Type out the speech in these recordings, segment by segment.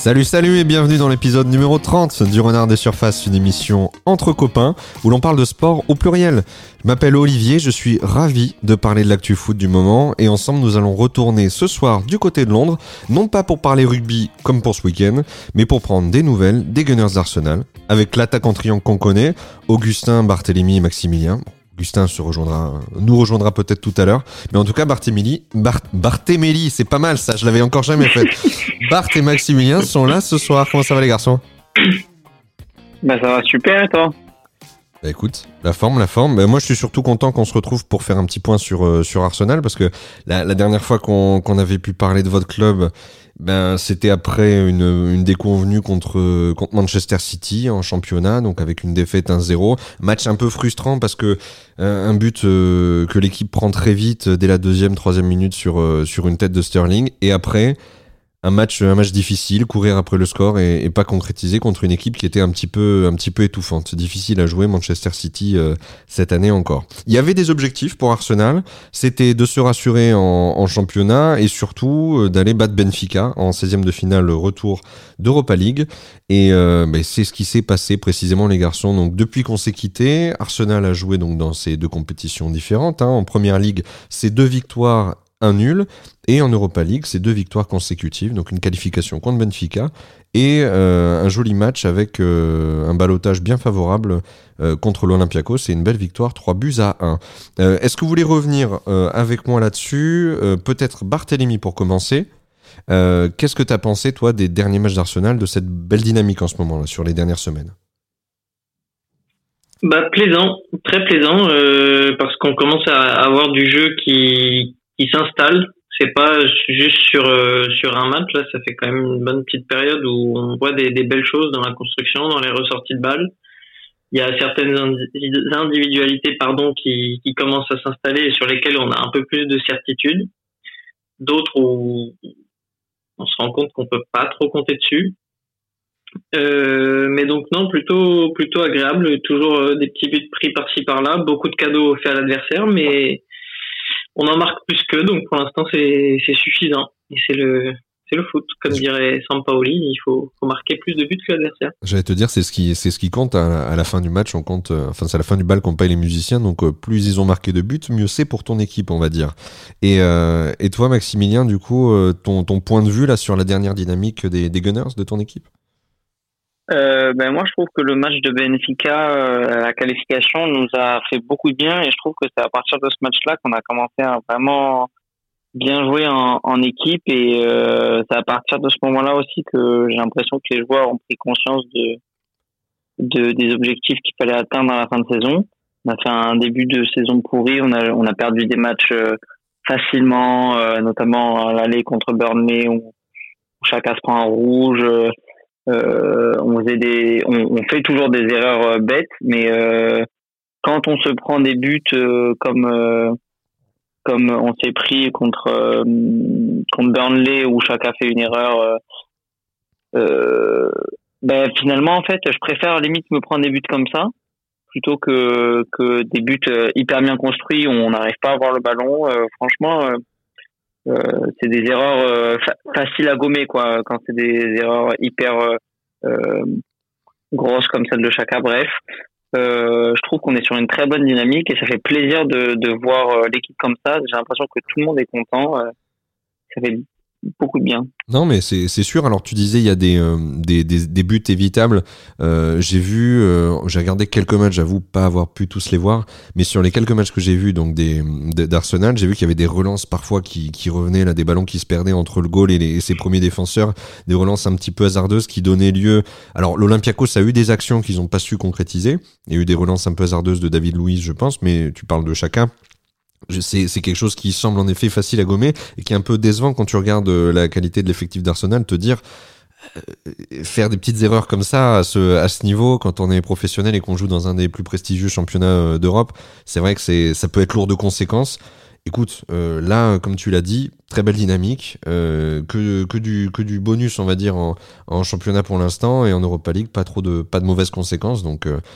Salut et bienvenue dans l'épisode numéro 30 du Renard des Surfaces, une émission entre copains où l'on parle de sport au pluriel. Je m'appelle Olivier, je suis ravi de parler de l'actu foot du moment et ensemble nous allons retourner ce soir du côté de Londres, non pas pour parler rugby comme pour ce week-end, mais pour prendre des nouvelles des Gunners d'Arsenal avec l'attaque en triangle qu'on connaît, Augustin, Barthélémy et Maximilien. Augustin nous rejoindra peut-être tout à l'heure. Mais en tout cas, Barthémélie, c'est pas mal ça, je l'avais encore jamais fait. Bart et Maximilien sont là ce soir. Comment ça va les garçons ? Bah ça va super et toi ? Bah écoute, la forme. Bah, moi je suis surtout content qu'on se retrouve pour faire un petit point sur Arsenal parce que la dernière fois qu'on avait pu parler de votre club, ben c'était après une déconvenue contre Manchester City en championnat, donc avec une défaite 1-0, match un peu frustrant parce que un but que l'équipe prend très vite dès la deuxième, troisième minute sur une tête de Sterling, et après un match difficile, courir après le score et pas concrétiser contre une équipe qui était un petit peu étouffante. C'est difficile à jouer Manchester City cette année encore. Il y avait des objectifs pour Arsenal, c'était de se rassurer en championnat et surtout d'aller battre Benfica en 16e de finale retour d'Europa League. Et c'est ce qui s'est passé précisément les garçons. Donc depuis qu'on s'est quitté, Arsenal a joué donc dans ces deux compétitions différentes. En Première Ligue, c'est 2 victoires, un nul, et en Europa League, c'est 2 victoires consécutives, donc une qualification contre Benfica et un joli match avec un ballottage bien favorable contre l'Olympiakos. C'est une belle victoire, 3-1. Est-ce que vous voulez revenir avec moi là-dessus ? Peut-être Barthélémy pour commencer. Qu'est-ce que tu as pensé, toi, des derniers matchs d'Arsenal, de cette belle dynamique en ce moment-là, sur les dernières semaines ? Plaisant, très plaisant, parce qu'on commence à avoir du jeu qui s'installe. C'est pas juste sur un match, là, ça fait quand même une bonne petite période où on voit des belles choses dans la construction, dans les ressorties de balles. Il y a certaines individualités qui commencent à s'installer et sur lesquelles on a un peu plus de certitude. D'autres où on se rend compte qu'on peut pas trop compter dessus. Mais donc non, plutôt agréable, toujours des petits buts pris par-ci par-là, beaucoup de cadeaux faits à l'adversaire, mais on en marque plus qu'eux, donc pour l'instant c'est suffisant. Et c'est le foot, comme dirait Sampaoli, il faut marquer plus de buts que l'adversaire. J'allais te dire, c'est ce qui compte à la fin du match. On compte, c'est à la fin du bal qu'on paye les musiciens, donc plus ils ont marqué de buts, mieux c'est pour ton équipe, on va dire. Et toi, Maximilien, du coup, ton point de vue là sur la dernière dynamique des Gunners de ton équipe ? Moi je trouve que le match de Benfica, la qualification nous a fait beaucoup de bien, et je trouve que c'est à partir de ce match-là qu'on a commencé à vraiment bien jouer en équipe, et c'est à partir de ce moment-là aussi que j'ai l'impression que les joueurs ont pris conscience des objectifs qu'il fallait atteindre à la fin de saison. On a fait un début de saison pourri, on a perdu des matchs facilement, notamment à l'aller contre Burnley où chacun se prend un rouge. On fait toujours des erreurs bêtes, mais quand on se prend des buts comme on s'est pris contre Burnley où chacun fait une erreur, finalement en fait je préfère limite me prendre des buts comme ça plutôt que des buts hyper bien construits où on n'arrive pas à avoir le ballon. Franchement, c'est des erreurs faciles à gommer, quoi, quand c'est des erreurs hyper grosses comme celle de Xhaka. Bref, je trouve qu'on est sur une très bonne dynamique et ça fait plaisir de voir l'équipe comme ça. J'ai l'impression que tout le monde est content. Ça fait beaucoup de bien. Non, mais c'est sûr. Alors tu disais il y a des buts évitables. J'ai regardé quelques matchs, j'avoue pas avoir pu tous les voir, mais sur les quelques matchs que j'ai vus donc d'Arsenal, j'ai vu qu'il y avait des relances parfois qui revenaient là, des ballons qui se perdaient entre le goal et ses premiers défenseurs, des relances un petit peu hasardeuses qui donnaient lieu. Alors l'Olympiakos a eu des actions qu'ils ont pas su concrétiser. Il y a eu des relances un peu hasardeuses de David Luiz, je pense, mais tu parles de Xhaka. C'est quelque chose qui semble en effet facile à gommer et qui est un peu décevant quand tu regardes la qualité de l'effectif d'Arsenal, te dire faire des petites erreurs comme ça à ce niveau quand on est professionnel et qu'on joue dans un des plus prestigieux championnats d'Europe, c'est vrai que ça peut être lourd de conséquenses. Écoute, là, comme tu l'as dit, très belle dynamique, que du bonus, on va dire, en championnat pour l'instant, et en Europa League, pas de mauvaises conséquences, donc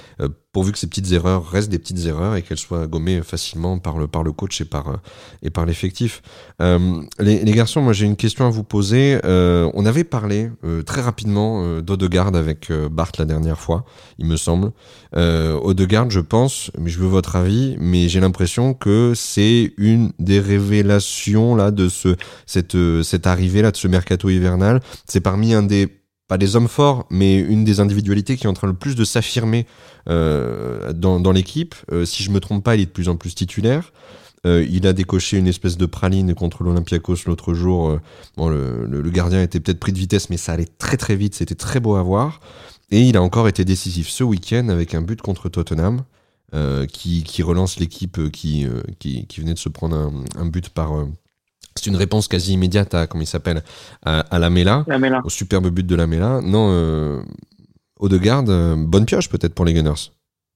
pourvu que ces petites erreurs restent des petites erreurs et qu'elles soient gommées facilement par le coach et par l'effectif. Les garçons, moi j'ai une question à vous poser. On avait parlé très rapidement d'Odegaard avec Bart la dernière fois, il me semble. Odegaard, je pense, mais je veux votre avis, mais j'ai l'impression que c'est une des révélations là de cette arrivée là de ce mercato hivernal. C'est parmi pas des hommes forts, mais une des individualités qui est en train le plus de s'affirmer dans l'équipe. Si je me trompe pas, il est de plus en plus titulaire. Il a décoché une espèce de praline contre l'Olympiakos l'autre jour. Bon, le gardien était peut-être pris de vitesse, mais ça allait très très vite. C'était très beau à voir. Et il a encore été décisif ce week-end avec un but contre Tottenham, qui relance l'équipe qui venait de se prendre un but par... c'est une réponse quasi immédiate à, comment il s'appelle, à Lamela, au superbe but de Lamela. Non, Odegaard, bonne pioche peut-être pour les Gunners.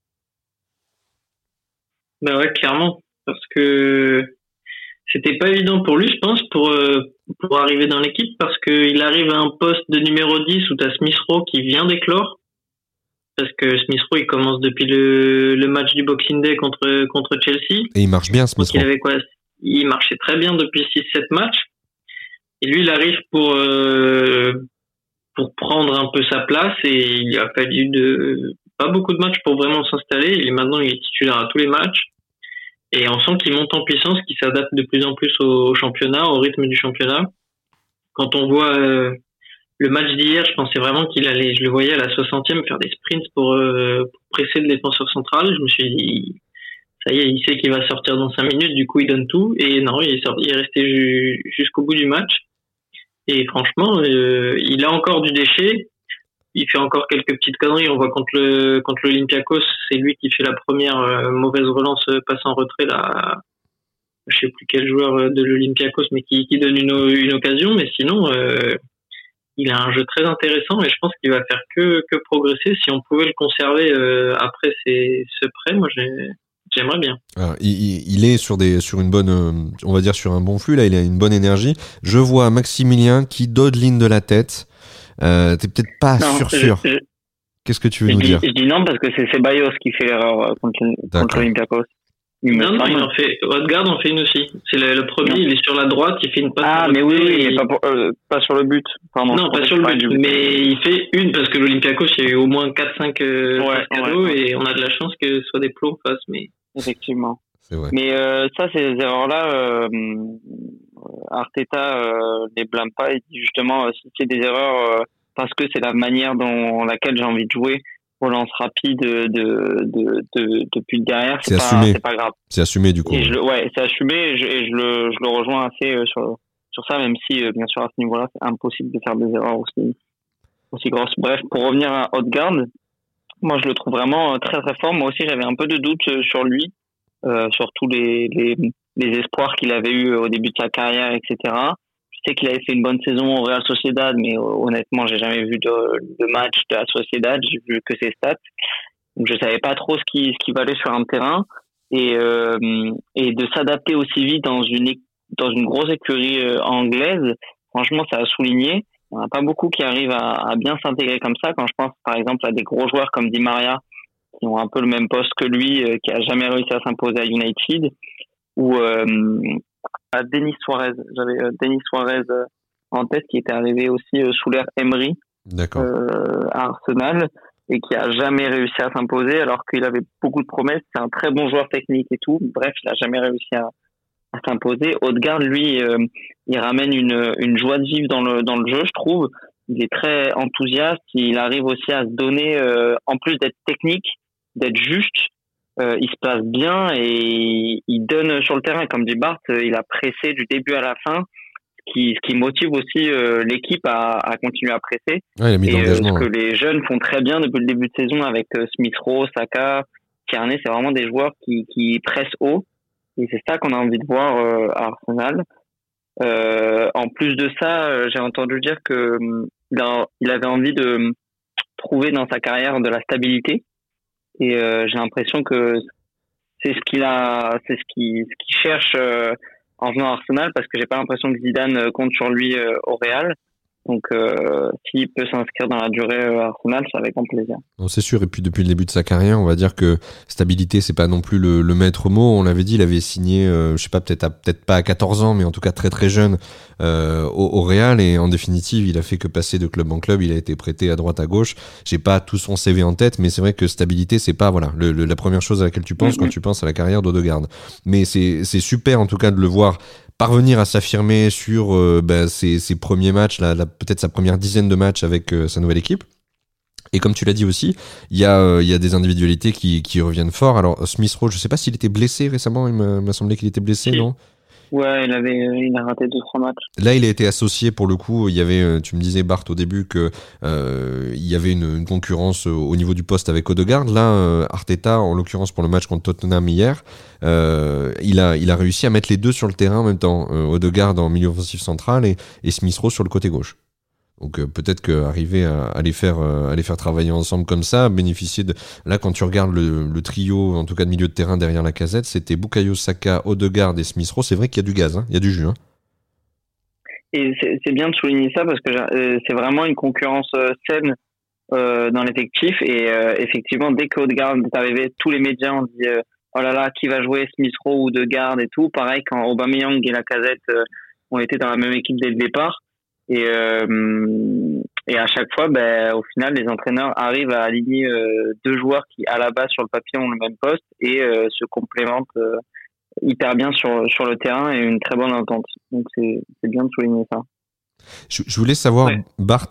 Ben ouais, clairement, parce que c'était pas évident pour lui, je pense, pour arriver dans l'équipe, parce qu'il arrive à un poste de numéro 10 où t'as Smith Rowe qui vient d'éclore, parce que Smith Rowe il commence depuis le match du Boxing Day contre Chelsea. Et il marche bien, Smith Rowe. Il marchait très bien depuis 6-7 matchs. Et lui, il arrive pour prendre un peu sa place, et il a fallu pas beaucoup de matchs pour vraiment s'installer. Maintenant, il est titulaire à tous les matchs. Et on sent qu'il monte en puissance, qu'il s'adapte de plus en plus au championnat, au rythme du championnat. Quand on voit le match d'hier, je pensais vraiment je le voyais à la 60e faire des sprints pour presser le défenseur central. Je me suis dit, ça y est, il sait qu'il va sortir dans 5 minutes, du coup il donne tout. Et non, il est resté jusqu'au bout du match. Et franchement, il a encore du déchet. Il fait encore quelques petites conneries. On voit contre l'Olympiakos, c'est lui qui fait la première mauvaise relance passe en retrait là. Je sais plus quel joueur de l'Olympiakos, mais qui donne une occasion. Mais sinon, il a un jeu très intéressant et je pense qu'il va faire que progresser. Si on pouvait le conserver après ce prêt, moi j'aimerais bien. Alors, il est sur une bonne, on va dire sur un bon flux là. Il a une bonne énergie. Je vois Maximilien qui dodeline de la tête. T'es peut-être pas sûr. Qu'est-ce que tu veux nous dire? Je dis non parce que c'est Ceballos qui fait l'erreur contre l'Olympiakos. Non, mais Odegaard en fait une aussi. C'est le premier, il est sur la droite, il fait une passe. Ah, mais oui, mais pas sur le but. Pardon, non, pas sur le but, mais il fait une, parce que l'Olympiakos, il y a eu au moins 4-5 cadeaux, et on a de la chance que ce soit des plots en face, mais. Effectivement. C'est vrai. Mais ça, ces erreurs-là, Arteta les blâme pas, il dit justement, si c'est des erreurs, parce que c'est la manière dans laquelle j'ai envie de jouer, relance rapide depuis le derrière, c'est pas grave. C'est assumé du coup. C'est assumé et je le rejoins assez sur ça, même si bien sûr à ce niveau-là c'est impossible de faire des erreurs aussi grosses. Bref, pour revenir à Odegaard, moi je le trouve vraiment très très fort. Moi aussi j'avais un peu de doute sur lui, sur tous les espoirs qu'il avait eu au début de sa carrière, etc. Je sais qu'il avait fait une bonne saison au Real Sociedad, mais honnêtement, j'ai jamais vu de match de la Sociedad, j'ai vu que ses stats. Donc je savais pas trop ce qui valait sur un terrain, et de s'adapter aussi vite dans une grosse écurie anglaise. Franchement, ça a souligné. Il n'y en a pas beaucoup qui arrivent à bien s'intégrer comme ça. Quand je pense par exemple à des gros joueurs comme Di Maria, qui ont un peu le même poste que lui, qui a jamais réussi à s'imposer à United, ou à Denis Suarez. J'avais Denis Suarez en tête, qui était arrivé aussi sous l'ère Emery à Arsenal, et qui a jamais réussi à s'imposer alors qu'il avait beaucoup de promesses. C'est un très bon joueur technique et tout. Bref, il a jamais réussi à s'imposer. Odegaard, lui, il ramène une joie de vivre dans le jeu, je trouve. Il est très enthousiaste. Il arrive aussi à se donner, en plus d'être technique, d'être juste. Il se place bien et il donne sur le terrain. Comme dit Bart, il a pressé du début à la fin, ce qui motive aussi l'équipe à continuer à presser. Ouais, il a mis et ce que les jeunes font très bien depuis le début de saison avec Smith Rowe, Saka, Tierney, c'est vraiment des joueurs qui pressent haut, et c'est ça qu'on a envie de voir à Arsenal. En plus de ça, j'ai entendu dire que il avait envie de trouver dans sa carrière de la stabilité. Et j'ai l'impression que c'est ce qu'il cherche en venant à Arsenal, parce que j'ai pas l'impression que Zidane compte sur lui au Real. Donc, s'il peut s'inscrire dans la durée à Arsenal, c'est avec grand plaisir. Non, c'est sûr. Et puis depuis le début de sa carrière, on va dire que stabilité, c'est pas non plus le maître mot. On l'avait dit, il avait signé, je sais pas, peut-être pas à 14 ans, mais en tout cas très très jeune au Real. Et en définitive, il a fait que passer de club en club. Il a été prêté à droite à gauche. J'ai pas tout son CV en tête, mais c'est vrai que stabilité, c'est pas la première chose à laquelle tu penses quand tu penses à la carrière d'Odegaard. Mais c'est super en tout cas de le voir parvenir à s'affirmer sur ses premiers matchs, peut-être sa première dizaine de matchs avec sa nouvelle équipe. Et comme tu l'as dit aussi, il y a des individualités qui reviennent fort. Alors Smith Rowe, je sais pas s'il était blessé récemment, il m'a semblé qu'il était blessé, Si. non ? Ouais, il a raté 2-3 matchs. Là, il a été associé pour le coup. Il y avait, tu me disais Bart au début que il y avait une concurrence au niveau du poste avec Odegaard. Là, Arteta, en l'occurrence pour le match contre Tottenham hier, il a réussi à mettre les deux sur le terrain en même temps. Odegaard en milieu offensif central et Smith Rowe sur le côté gauche. Donc peut-être qu'arriver à les faire travailler ensemble comme ça, bénéficier de... Là, quand tu regardes le trio, en tout cas de milieu de terrain derrière la casette, c'était Bukayo Saka, Odegaard et Smith Rowe. C'est vrai qu'il y a du gaz, hein, il y a du jus. Hein. Et c'est bien de souligner ça parce que c'est vraiment une concurrence saine dans l'effectif. Et effectivement, dès qu'Odegaard est arrivé, tous les médias ont dit oh là là, qui va jouer Smith Rowe ou Odegaard et tout. Pareil quand Aubameyang et Lacazette ont été dans la même équipe dès le départ. Et à chaque fois, au final, les entraîneurs arrivent à aligner deux joueurs qui, à la base, sur le papier, ont le même poste et se complémentent hyper bien sur le terrain et une très bonne entente. Donc, c'est bien de souligner ça. Je voulais savoir, ouais. Bart,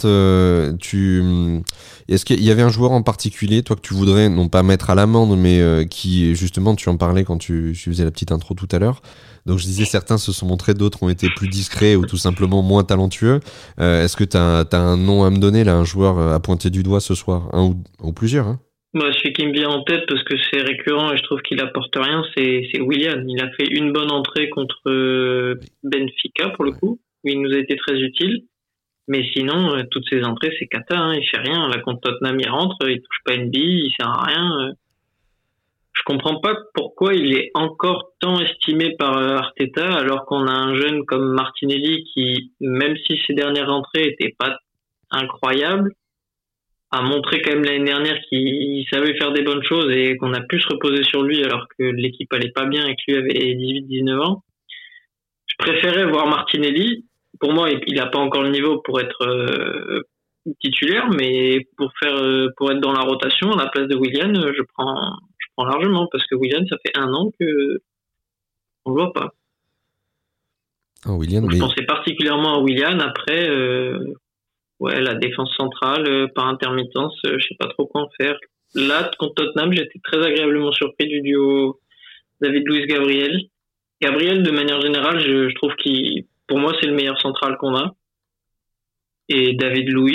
est-ce qu'il y avait un joueur en particulier, toi, que tu voudrais, non pas mettre à l'amende, mais qui, justement, tu en parlais quand tu faisais la petite intro tout à l'heure. Donc, je disais, certains se sont montrés, d'autres ont été plus discrets ou tout simplement moins talentueux. Est-ce que t'as un nom à me donner, là, un joueur à pointer du doigt ce soir, un ou plusieurs, hein? Moi, celui qui me vient en tête, parce que c'est récurrent et je trouve qu'il apporte rien, c'est Willian. Il a fait une bonne entrée contre Benfica, pour le coup, où il nous a été très utile. Mais sinon, toutes ses entrées, c'est cata, hein. Il fait rien. Là, contre Tottenham, il rentre, il touche pas une bille, il sert à rien. Je comprends pas pourquoi il est encore tant estimé par Arteta, alors qu'on a un jeune comme Martinelli qui, même si ses dernières entrées étaient pas incroyables, a montré quand même l'année dernière qu'il savait faire des bonnes choses et qu'on a pu se reposer sur lui alors que l'équipe allait pas bien et que lui avait 18-19 ans. Je préférais voir Martinelli. Pour moi, il a pas encore le niveau pour être titulaire, mais pour être dans la rotation à la place de Willian, je prends largement parce que Willian, ça fait 1 an que on le voit pas. Oh, Willian, je pensais particulièrement à Willian. Après, la défense centrale par intermittence, je sais pas trop quoi en faire. Là, contre Tottenham, j'étais très agréablement surpris du duo David Luiz-Gabriel. Gabriel, de manière générale, je trouve pour moi, c'est le meilleur central qu'on a. Et David Luiz,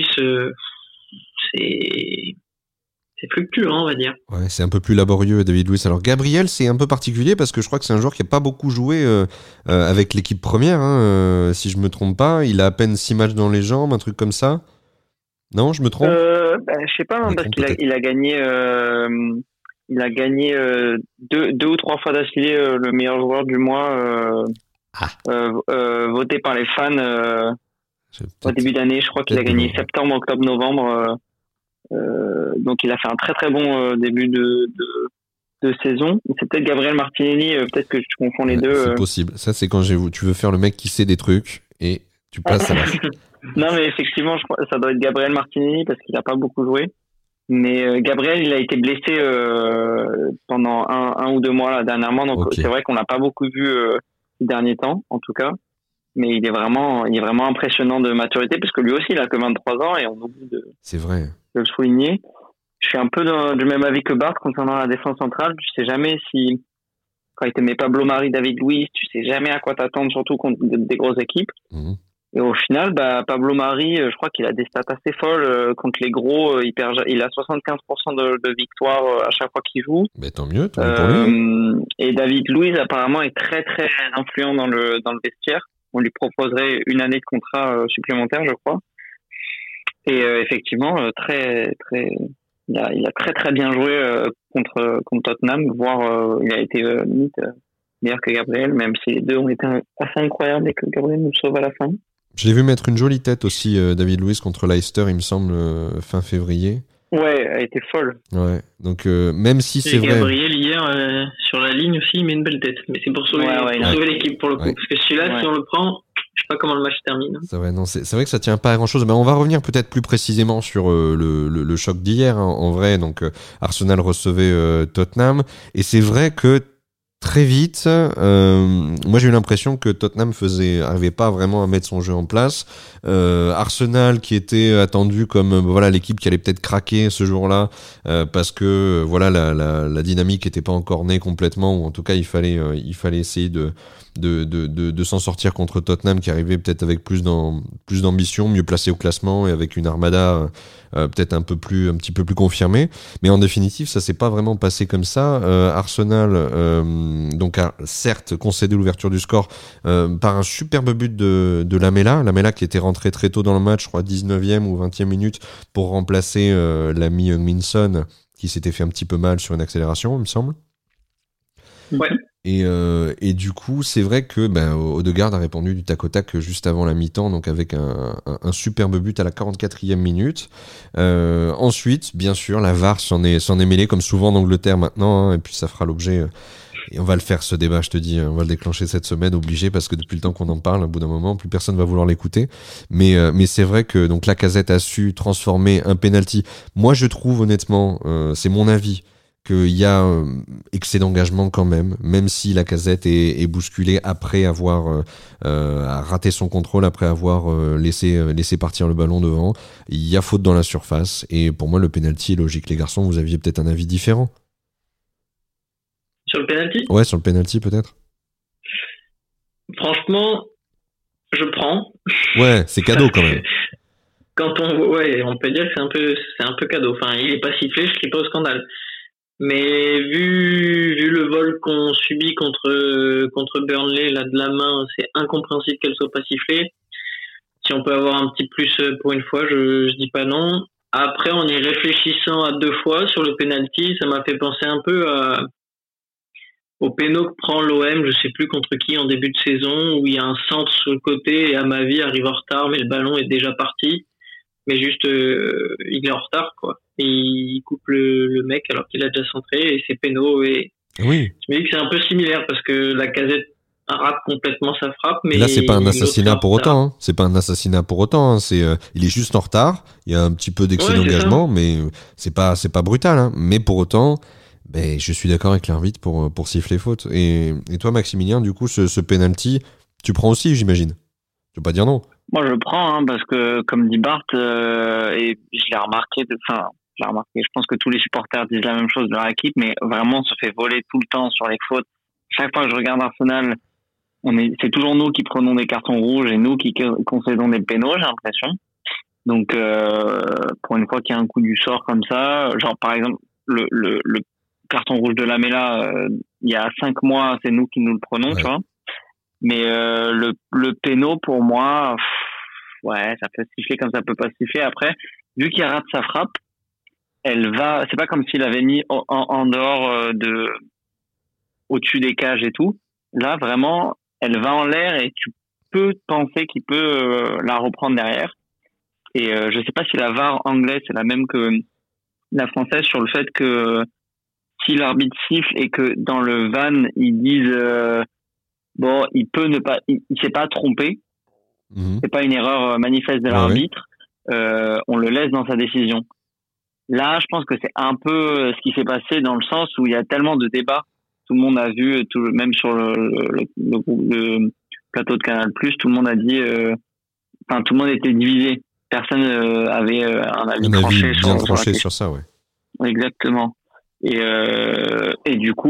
c'est fluctuant, on va dire. Ouais, c'est un peu plus laborieux, David Luiz. Alors, Gabriel, c'est un peu particulier parce que je crois que c'est un joueur qui n'a pas beaucoup joué avec l'équipe première, hein, si je me trompe pas. Il a à peine 6 matchs dans les jambes, un truc comme ça. Non, je me trompe? Je sais pas, parce qu'il a gagné... il a gagné 2 ou 3 fois d'affilée le meilleur joueur du mois voté par les fans au début d'année. Je crois qu'il a gagné septembre, octobre, novembre. Donc il a fait un très très bon début de saison. C'est peut-être Gabriel Martinelli, peut-être que tu confonds les deux. C'est possible. Ça, c'est quand tu veux faire le mec qui sait des trucs et tu passes à la... Non, mais effectivement, je crois que ça doit être Gabriel Martinelli parce qu'il n'a pas beaucoup joué. Mais Gabriel, il a été blessé pendant un ou 2 mois là, dernièrement, donc c'est vrai qu'on l'a pas beaucoup vu ces derniers temps, en tout cas. Mais il est vraiment impressionnant de maturité parce que lui aussi, il a que 23 ans et on oublie de le souligner. Je suis un peu du même avis que Bart concernant la défense centrale. Tu sais jamais si quand il te met Pablo Mari, David Luiz, tu sais jamais à quoi t'attendre, surtout contre des grosses équipes. Mmh. Et au final, Pablo Mari, je crois qu'il a des stats assez folles contre les gros. Il a 75% de victoire à chaque fois qu'il joue. Mais tant mieux pour lui. Et David Luiz, apparemment, est très, très influent dans le vestiaire. On lui proposerait 1 année de contrat supplémentaire, je crois. Et effectivement, très, très, il a très, très bien joué contre Tottenham. Voire, il a été limite meilleur que Gabriel, même si les deux ont été assez incroyables et que Gabriel nous sauve à la fin. Je l'ai vu mettre une jolie tête aussi, David Luiz, contre Leicester, il me semble, fin février. Ouais, elle était folle. Ouais, donc même si c'est vrai... Gabriel, hier, sur la ligne aussi, il met une belle tête. Mais c'est pour sauver l'équipe, pour le coup. Ouais. Parce que celui-là, si on le prend, je sais pas comment le match termine. C'est vrai, non, c'est vrai que ça tient pas à grand-chose. Mais on va revenir peut-être plus précisément sur le choc d'hier, hein, en vrai. Donc, Arsenal recevait Tottenham. Et c'est vrai que très vite, moi j'ai eu l'impression que Tottenham arrivait pas vraiment à mettre son jeu en place. Arsenal qui était attendu comme voilà l'équipe qui allait peut-être craquer ce jour-là parce que voilà la dynamique était pas encore née complètement, ou en tout cas il fallait essayer de s'en sortir contre Tottenham qui arrivait peut-être avec plus d'ambition, mieux placé au classement et avec une armada peut-être un petit peu plus confirmée. Mais en définitive, ça s'est pas vraiment passé comme ça. Arsenal donc a certes concédé l'ouverture du score par un superbe but de Lamela qui était rentré très tôt dans le match, je crois 19e ou 20e minute, pour remplacer l'ami Heung-min Son qui s'était fait un petit peu mal sur une accélération, il me semble. Ouais. Et du coup, c'est vrai que Odegaard a répondu du tac au tac juste avant la mi-temps, donc avec un superbe but à la 44e minute. Ensuite, bien sûr, la VAR s'en est mêlée, comme souvent en Angleterre maintenant, hein, et puis ça fera l'objet... Et on va le faire, ce débat, je te dis, on va le déclencher cette semaine, obligé, parce que depuis le temps qu'on en parle, au bout d'un moment, plus personne va vouloir l'écouter. Mais c'est vrai que donc Lacazette a su transformer un penalty. Moi, je trouve honnêtement, c'est mon avis, qu'il y a excès d'engagement quand même si Lacazette est bousculé après avoir raté son contrôle, après avoir laissé partir le ballon devant. Il y a faute dans la surface, et pour moi, le penalty est logique. Les garçons, vous aviez peut-être un avis différent? Sur le penalty ? Ouais, sur le penalty peut-être. Franchement, je prends. Ouais, c'est cadeau quand même. On peut dire que c'est un peu cadeau. Enfin, il est pas sifflé, je crie pas au scandale. Mais vu le vol qu'on subit contre Burnley là de la main, c'est incompréhensible qu'elle soit pas sifflée. Si on peut avoir un petit plus pour une fois, je dis pas non. Après, en y réfléchissant à deux fois sur le penalty, ça m'a fait penser un peu au péno que prend l'OM, je sais plus contre qui en début de saison, où il y a un centre sur le côté et Amavi arrive en retard, mais le ballon est déjà parti. Mais juste, il est en retard, quoi. Et il coupe le mec alors qu'il a déjà centré, et c'est péno. Et oui. Je me dis que c'est un peu similaire parce que Lacazette rate complètement sa frappe, mais et là c'est pas un assassinat pour autant. Hein. C'est pas un assassinat pour autant. Hein. C'est, il est juste en retard. Il y a un petit peu d'excès d'engagement, mais c'est pas brutal. Hein. Mais pour autant. Ben, je suis d'accord avec l'arbitre pour siffler faute. Et toi, Maximilien, du coup, ce penalty, tu prends aussi, j'imagine. Tu veux pas dire non? Moi, je prends, hein, parce que, comme dit Bart, et je l'ai remarqué, je pense que tous les supporters disent la même chose de leur équipe, mais vraiment, on se fait voler tout le temps sur les fautes. Chaque fois que je regarde Arsenal, c'est toujours nous qui prenons des cartons rouges et nous qui concédons des pénaux, j'ai l'impression. Donc, pour une fois qu'il y a un coup du sort comme ça, genre, par exemple, le carton rouge de Lamela, il y a 5 mois, c'est nous qui nous le prenons, tu vois. Mais le péno, pour moi, ça peut siffler comme ça peut pas siffler. Après, vu qu'il rate sa frappe, elle va. C'est pas comme s'il avait mis en dehors au-dessus des cages et tout. Là, vraiment, elle va en l'air et tu peux penser qu'il peut la reprendre derrière. Et je sais pas si la VAR anglaise c'est la même que la française sur le fait que si l'arbitre siffle et que dans le VAR ils disent il peut ne pas, il s'est pas trompé, c'est pas une erreur manifeste de l'arbitre, on le laisse dans sa décision. Là, je pense que c'est un peu ce qui s'est passé dans le sens où il y a tellement de débats, tout le monde a vu, même sur le plateau de Canal+, tout le monde a dit, tout le monde était divisé, personne avait un avis tranché sur ça, ouais. Exactement. Et du coup,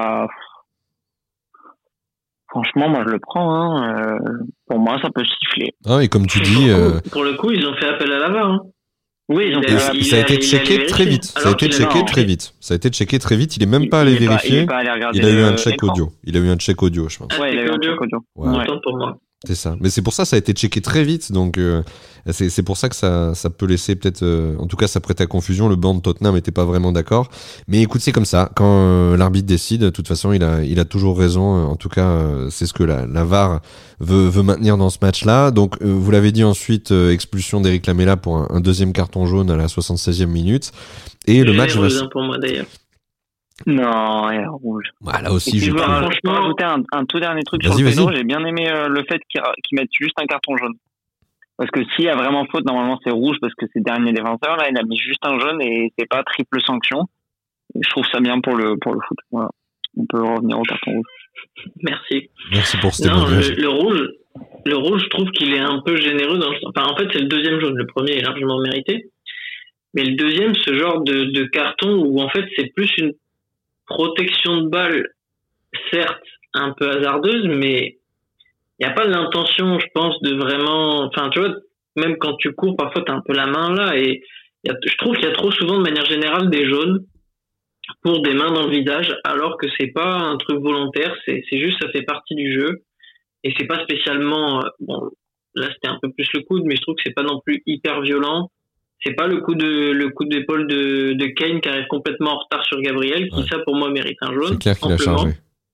franchement, moi je le prends. Hein. Pour moi, ça peut siffler. Ah, et comme tu dis, pour le coup, ils ont fait appel à la VAR. Hein. Oui, ils ont ça a été checké très vite. Ça a été checké très vite. Il est même pas allé vérifier. Il a eu un check audio. Il a eu un check audio, je pense. Ouais, il a eu un check audio. Ouais. Autant pour moi. C'est ça. Mais c'est pour ça a été checké très vite. Donc, C'est pour ça que ça peut laisser peut-être, en tout cas, ça prête à confusion. Le banc de Tottenham n'était pas vraiment d'accord. Mais écoute, c'est comme ça. Quand l'arbitre décide, de toute façon, il a toujours raison. En tout cas, c'est ce que la VAR veut maintenir dans ce match-là. Donc, vous l'avez dit ensuite, expulsion d'Eric Lamela pour un deuxième carton jaune à la 76e minute. Et le match va... pour moi d'ailleurs. Non, il est rouge. Bah, là aussi, je veux franchement rajouter un tout dernier truc sur le péno. J'ai bien aimé le fait qu'ils mettent juste un carton jaune. Parce que s'il y a vraiment faute, normalement c'est rouge parce que c'est dernier défenseur. Là, il a mis juste un jaune et c'est pas triple sanction. Et je trouve ça bien pour le foot. Voilà. On peut revenir au carton rouge. Merci. Merci pour ce témoignage. Le rouge, je trouve qu'il est un peu généreux dans le... Enfin, en fait, c'est le deuxième jaune. Le premier est largement mérité. Mais le deuxième, ce genre de carton où en fait c'est plus une protection de balle, certes un peu hasardeuse, mais il n'y a pas l'intention, je pense, de vraiment... Enfin, tu vois, même quand tu cours, parfois tu as un peu la main là, et je trouve qu'il y a trop souvent, de manière générale, des jaunes pour des mains dans le visage, alors que c'est pas un truc volontaire, c'est juste, ça fait partie du jeu, et c'est pas spécialement... Bon, là c'était un peu plus le coude, mais je trouve que c'est pas non plus hyper violent. C'est pas le coup d'épaule de Kane qui arrive complètement en retard sur Gabriel, qui ça pour moi mérite un jaune. C'est clair qu'il a chargé.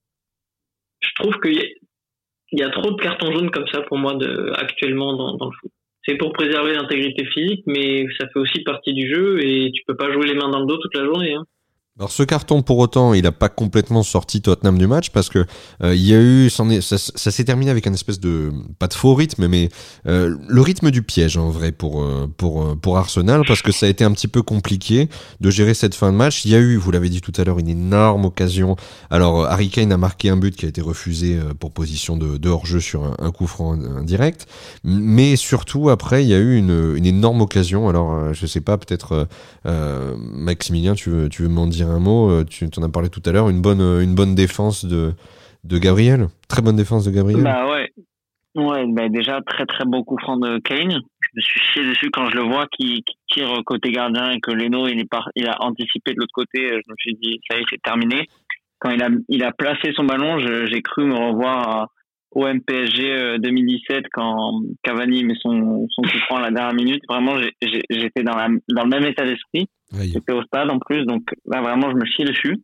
Je trouve qu'il y a trop de cartons jaunes comme ça pour moi actuellement dans le foot. C'est pour préserver l'intégrité physique, mais ça fait aussi partie du jeu et tu peux pas jouer les mains dans le dos toute la journée. Hein. Alors ce carton pour autant il a pas complètement sorti Tottenham du match parce que il y a eu ça s'est terminé avec un espèce de pas de faux rythme mais le rythme du piège en vrai pour Arsenal parce que ça a été un petit peu compliqué de gérer cette fin de match. Il y a eu, vous l'avez dit tout à l'heure, une énorme occasion. Alors Harry Kane a marqué un but qui a été refusé pour position de hors-jeu sur un coup franc indirect, mais surtout après il y a eu une énorme occasion. Alors je sais pas, peut-être Maximilien, tu veux m'en dire un mot, tu t'en as parlé tout à l'heure, une bonne défense de Gabriel, très bonne défense de Gabriel. Bah ouais, déjà très très beau coup franc de Kane. Je me suis chié dessus quand je le vois qui tire côté gardien et que Leno il a anticipé de l'autre côté. Je me suis dit ça y est, c'est terminé. Quand il a placé son ballon, j'ai cru me revoir au MPSG 2017 quand Cavani met son coup franc à la dernière minute. Vraiment, j'étais dans le même état d'esprit. Aïe. J'étais au stade en plus, donc là vraiment je me chie dessus.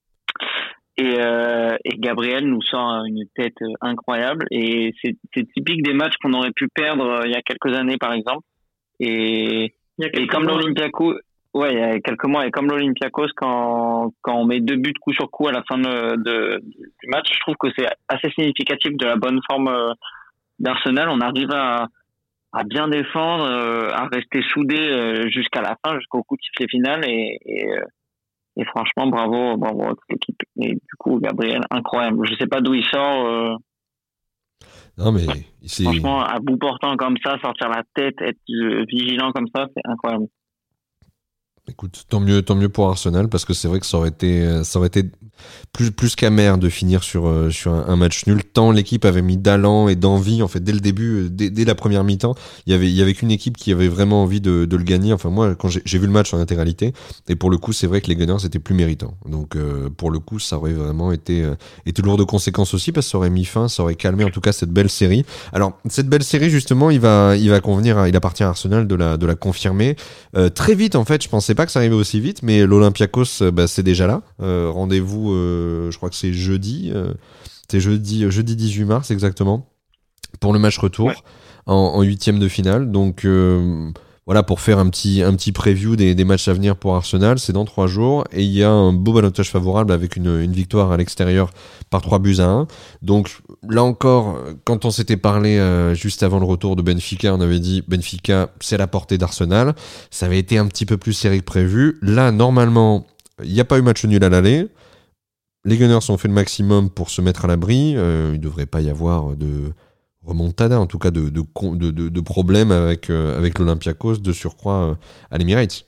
Et Gabriel nous sort une tête incroyable et c'est typique des matchs qu'on aurait pu perdre il y a quelques années par exemple. Et comme l'Olympiakos, ouais, il y a quelques mois, et comme l'Olympiakos quand on met 2 buts coup sur coup à la fin du match, je trouve que c'est assez significatif de la bonne forme d'Arsenal. On arrive à bien défendre, à rester soudé jusqu'à la fin, jusqu'au coup de sifflet final et franchement bravo à toute l'équipe. Et du coup Gabriel, incroyable. Je sais pas d'où il sort. Non mais franchement à bout portant comme ça, sortir la tête, être vigilant comme ça, c'est incroyable. Écoute, tant mieux pour Arsenal parce que c'est vrai que ça aurait été plus qu'amer de finir sur un match nul. Tant l'équipe avait mis d'allant et d'envie en fait dès le début, dès la première mi-temps, il y avait qu'une équipe qui avait vraiment envie de le gagner. Enfin moi quand j'ai vu le match en intégralité et pour le coup c'est vrai que les Gunners étaient plus méritants. Donc pour le coup ça aurait vraiment été lourd de conséquences aussi parce que ça aurait mis fin, ça aurait calmé en tout cas cette belle série. Alors cette belle série justement il appartient à Arsenal de la confirmer très vite en fait. Je pensais pas que ça arrivait aussi vite, mais l'Olympiakos, c'est déjà là. Rendez-vous, je crois que c'est jeudi. C'est jeudi 18 mars exactement pour le match retour ouais. en 8e de finale. Donc voilà, pour faire un petit preview des matchs à venir pour Arsenal, c'est dans 3 jours et il y a un beau balotage favorable avec une victoire à l'extérieur par 3-1. Donc là encore, quand on s'était parlé juste avant le retour de Benfica, on avait dit Benfica c'est à la portée d'Arsenal. Ça avait été un petit peu plus serré que prévu. Là normalement, il n'y a pas eu match nul à l'aller. Les Gunners ont fait le maximum pour se mettre à l'abri. Il ne devrait pas y avoir de remontada, en tout cas de problèmes avec l'Olympiakos de surcroît à l'Emirates.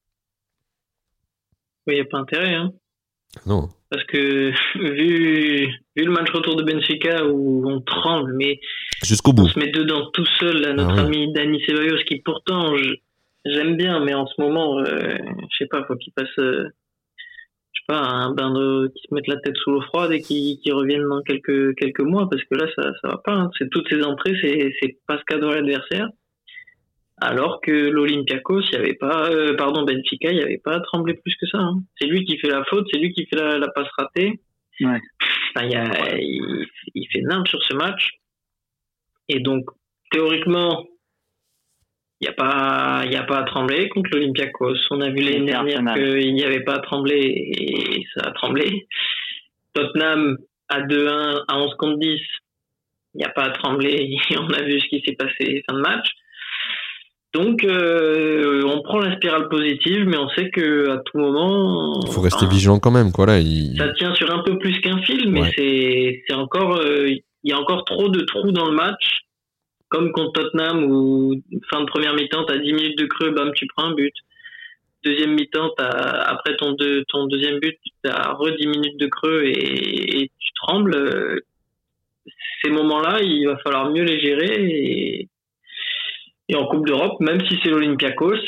Oui, il n'y a pas intérêt. Hein. Non. Parce que vu le match retour de Benfica où on tremble, mais jusqu'au bout. On se met dedans tout seul, là, notre ami Dani Ceballos, qui pourtant j'aime bien, mais en ce moment, je sais pas, faut qu'il passe un bain qui se mette la tête sous l'eau froide et qui revienne dans quelques mois, parce que là ça va pas. Hein. C'est toutes ces entrées, c'est pas ce cadeau à l'adversaire. Alors que l'Olympiakos, il y avait pas, Benfica, il n'y avait pas à trembler plus que ça. Hein. C'est lui qui fait la faute, c'est lui qui fait la passe ratée. Ouais. Enfin, il fait nimble sur ce match. Et donc, théoriquement, il n'y a pas à trembler contre l'Olympiakos. On a vu l'année dernière qu'il n'y avait pas à trembler et ça a tremblé. Tottenham à 2-1, à 11 contre 10, il n'y a pas à trembler et on a vu ce qui s'est passé fin de match. Donc, on prend la spirale positive, mais on sait qu'à tout moment... Il faut rester vigilant quand même, quoi, là. Ça tient sur un peu plus qu'un fil, mais c'est encore... Il y a encore trop de trous dans le match, comme contre Tottenham, où fin de première mi-temps, t'as 10 minutes de creux, bam, tu prends un but. Deuxième mi-temps, après ton deuxième but, t'as 10 minutes de creux et tu trembles. Ces moments-là, il va falloir mieux les gérer et en Coupe d'Europe, même si c'est l'Olympiakos,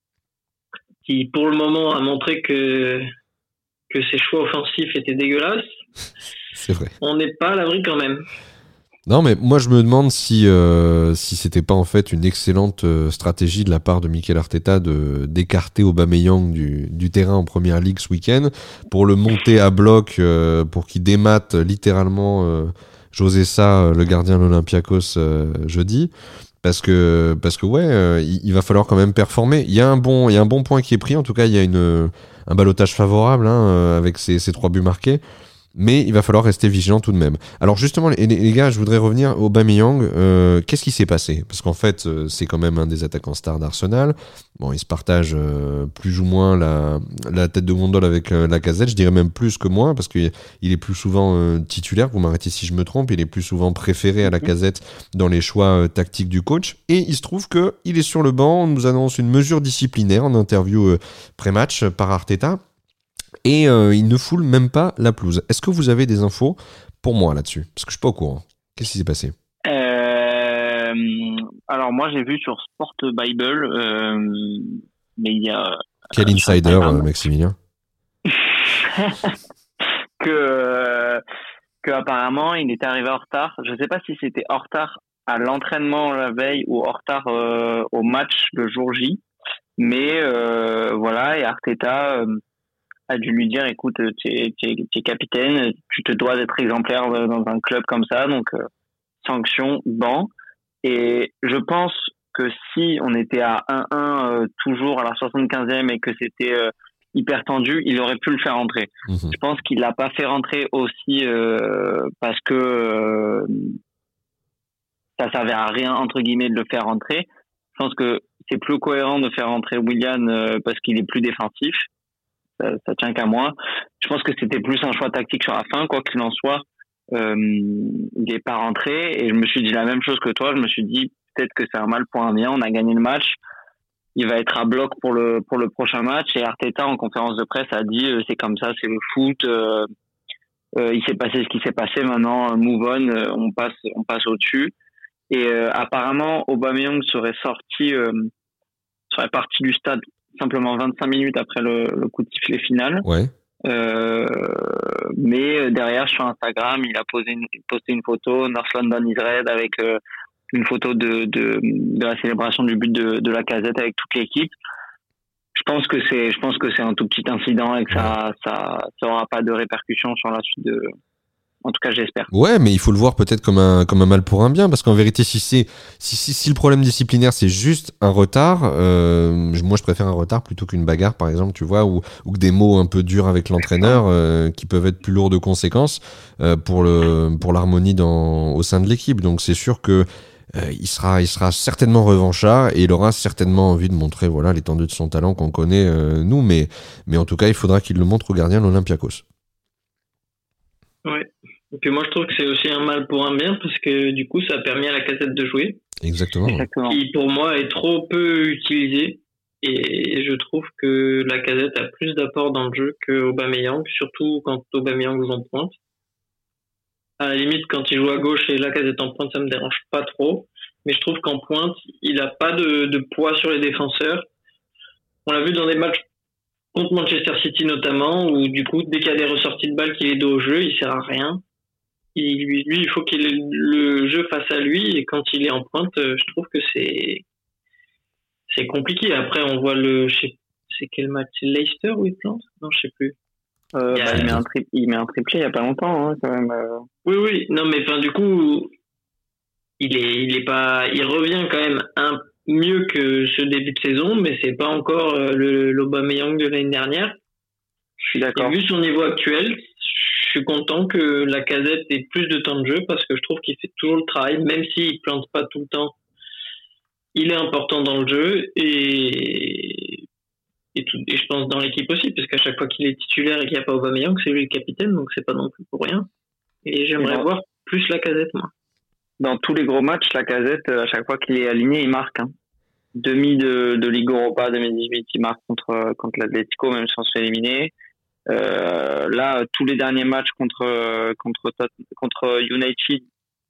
qui pour le moment a montré que ses choix offensifs étaient dégueulasses, c'est vrai. On n'est pas à l'abri quand même. Non, mais moi je me demande si c'était pas en fait une excellente stratégie de la part de Mikel Arteta d'écarter Aubameyang du terrain en Première Ligue ce week-end pour le monter à bloc pour qu'il démate littéralement José Sa, le gardien de l'Olympiakos jeudi. Parce que il va falloir quand même performer. Il y a un bon point qui est pris. En tout cas, il y a un ballottage favorable avec ces 3 buts marqués. Mais il va falloir rester vigilant tout de même. Alors justement, les gars, je voudrais revenir au Aubameyang. Qu'est-ce qui s'est passé ? Parce qu'en fait, c'est quand même un des attaquants stars d'Arsenal. Bon, il se partage plus ou moins la tête de gondole avec Lacazette. Je dirais même plus que moins, parce qu'il est plus souvent titulaire. Vous m'arrêtez si je me trompe. Il est plus souvent préféré à Lacazette dans les choix tactiques du coach. Et il se trouve qu'il est sur le banc. On nous annonce une mesure disciplinaire en interview pré-match par Arteta. Et il ne foule même pas la pelouse. Est-ce que vous avez des infos pour moi là-dessus ? Parce que je suis pas au courant. Qu'est-ce qui s'est passé ? Alors moi j'ai vu sur Sport Bible, mais il y a... Quel insider, Maximilien ? que apparemment il était arrivé en retard. Je sais pas si c'était en retard à l'entraînement la veille ou en retard au match le jour J. Mais voilà, et Arteta... a dû lui dire, écoute, tu es capitaine, tu te dois d'être exemplaire dans un club comme ça, donc sanction, banc. Et je pense que si on était à 1-1 toujours à la 75e et que c'était hyper tendu, il aurait pu le faire rentrer. Mmh. Je pense qu'il l'a pas fait rentrer aussi parce que ça servait à rien, entre guillemets, de le faire rentrer. Je pense que c'est plus cohérent de faire rentrer Willian parce qu'il est plus défensif. Ça tient qu'à moi. Je pense que c'était plus un choix tactique sur la fin, quoi qu'il en soit. Il n'est pas rentré et je me suis dit la même chose que toi. Je me suis dit peut-être que c'est un mal pour un bien. On a gagné le match. Il va être à bloc pour le prochain match. Et Arteta en conférence de presse a dit c'est comme ça, c'est le foot. Il s'est passé ce qui s'est passé. Maintenant, move on. On passe au-dessus. Et apparemment, Aubameyang serait parti du stade simplement 25 minutes après le coup de sifflet final. Ouais. Mais derrière, sur Instagram, il a posté une photo, North London is red, avec une photo de la célébration du but de Lacazette avec toute l'équipe. Je pense que c'est un tout petit incident et que ça aura pas de répercussions sur la suite de... En tout cas, j'espère. Ouais, mais il faut le voir peut-être comme un mal pour un bien, parce qu'en vérité, si le problème disciplinaire, c'est juste un retard, moi je préfère un retard plutôt qu'une bagarre, par exemple, tu vois, ou que des mots un peu durs avec l'entraîneur qui peuvent être plus lourds de conséquences pour l'harmonie au sein de l'équipe. Donc c'est sûr que il sera certainement revanchard et il aura certainement envie de montrer l'étendue de son talent qu'on connaît nous, mais en tout cas, il faudra qu'il le montre au gardien de l'Olympiakos. Ouais. Et puis moi je trouve que c'est aussi un mal pour un bien parce que du coup ça a permis à Lacazette de jouer. Exactement. Qui pour moi est trop peu utilisé et je trouve que Lacazette a plus d'apport dans le jeu que Aubameyang, surtout quand Aubameyang joue en pointe. À la limite quand il joue à gauche et Lacazette en pointe ça me dérange pas trop, mais je trouve qu'en pointe il a pas de poids sur les défenseurs. On l'a vu dans des matchs contre Manchester City notamment, où du coup, dès qu'il y a des ressorties de balles qu'il est dos au jeu, il sert à rien. Lui, il faut qu'il ait le jeu face à lui, et quand il est en pointe, je trouve que c'est c'est compliqué. Après, on voit c'est quel match? C'est Leicester où il plante? Non, je sais plus. Il met un triplé il y a pas longtemps, hein, quand même. Oui. Non, mais du coup, il revient quand même mieux que ce début de saison, mais c'est pas encore l'Aubameyang de l'année dernière. Je suis d'accord. Et vu son niveau actuel, je suis content que Lacazette ait plus de temps de jeu parce que je trouve qu'il fait toujours le travail, même s'il plante pas tout le temps. Il est important dans le jeu et je pense dans l'équipe aussi, parce qu'à chaque fois qu'il est titulaire et qu'il n'y a pas Aubameyang, c'est lui le capitaine, donc c'est pas non plus pour rien. Et j'aimerais voir plus Lacazette, moi. Dans tous les gros matchs, Lacazette, à chaque fois qu'il est aligné, il marque. Hein. Demi de Ligue Europa 2018, il marque contre l'Atlético, même sans se faire éliminer. Là, tous les derniers matchs contre United,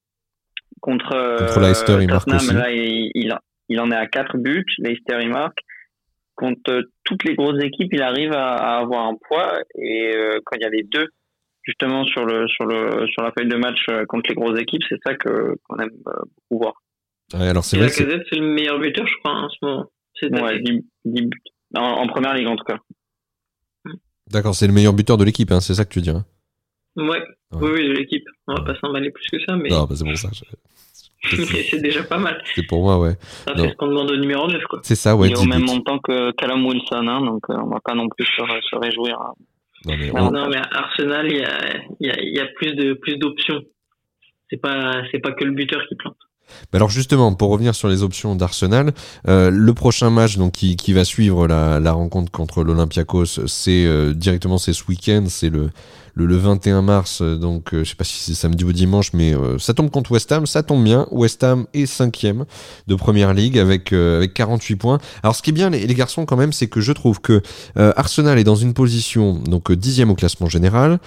contre Leicester, il marque Tottenham, aussi. Là, il en est à 4 buts. Leicester, il marque. Contre toutes les grosses équipes, il arrive à avoir un poids. Et quand il y a les deux, justement sur la feuille de match contre les grosses équipes, c'est ça qu'on aime beaucoup voir. Ouais, alors c'est vrai. Lacazette, c'est le meilleur buteur, je crois, en ce moment. Ouais, 10 buts. En première ligue, en tout cas. D'accord, c'est le meilleur buteur de l'équipe, hein, c'est ça que tu dis. Hein. Ouais. Oui, de l'équipe. On va pas s'emballer plus que ça, mais. Non, c'est bon ça. Mais c'est déjà pas mal. C'est pour moi, ouais. Ça fait ce qu'on demande au numéro 9, quoi. C'est ça, ouais. Il est au même montant que Callum Wilson, hein, donc on va pas non plus se réjouir. Hein. Non, mais à Arsenal, il y a plus d'options. C'est pas que le buteur qui plante. Alors justement, pour revenir sur les options d'Arsenal, le prochain match donc qui va suivre la rencontre contre l'Olympiakos, c'est directement ce week-end, c'est le 21 mars, donc je sais pas si c'est samedi ou dimanche, mais ça tombe contre West Ham, ça tombe bien. West Ham est 5e de Première Ligue avec 48 points. Alors ce qui est bien les garçons quand même, c'est que je trouve que Arsenal est dans une position donc 10e au classement général.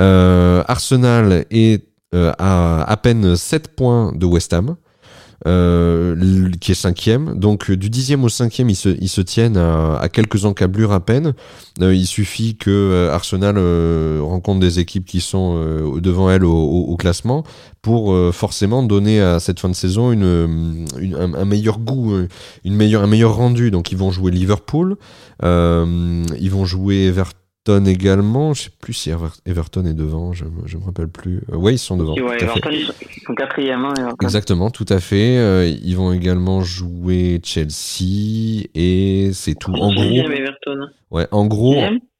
Arsenal est à peine 7 points de West Ham. Qui est 5e, donc du 10e au 5e ils se tiennent à quelques encablures à peine. Il suffit que Arsenal rencontre des équipes qui sont devant elle au classement pour forcément donner à cette fin de saison un meilleur goût, un meilleur rendu. Donc ils vont jouer Liverpool, ils vont jouer Everton également, je sais plus si Everton est devant, je me rappelle plus. Ouais, ils sont devant. Ouais, Everton, ils sont 4e. Hein, exactement, tout à fait. Ils vont également jouer Chelsea et c'est tout. En gros, Everton. Ouais, en gros.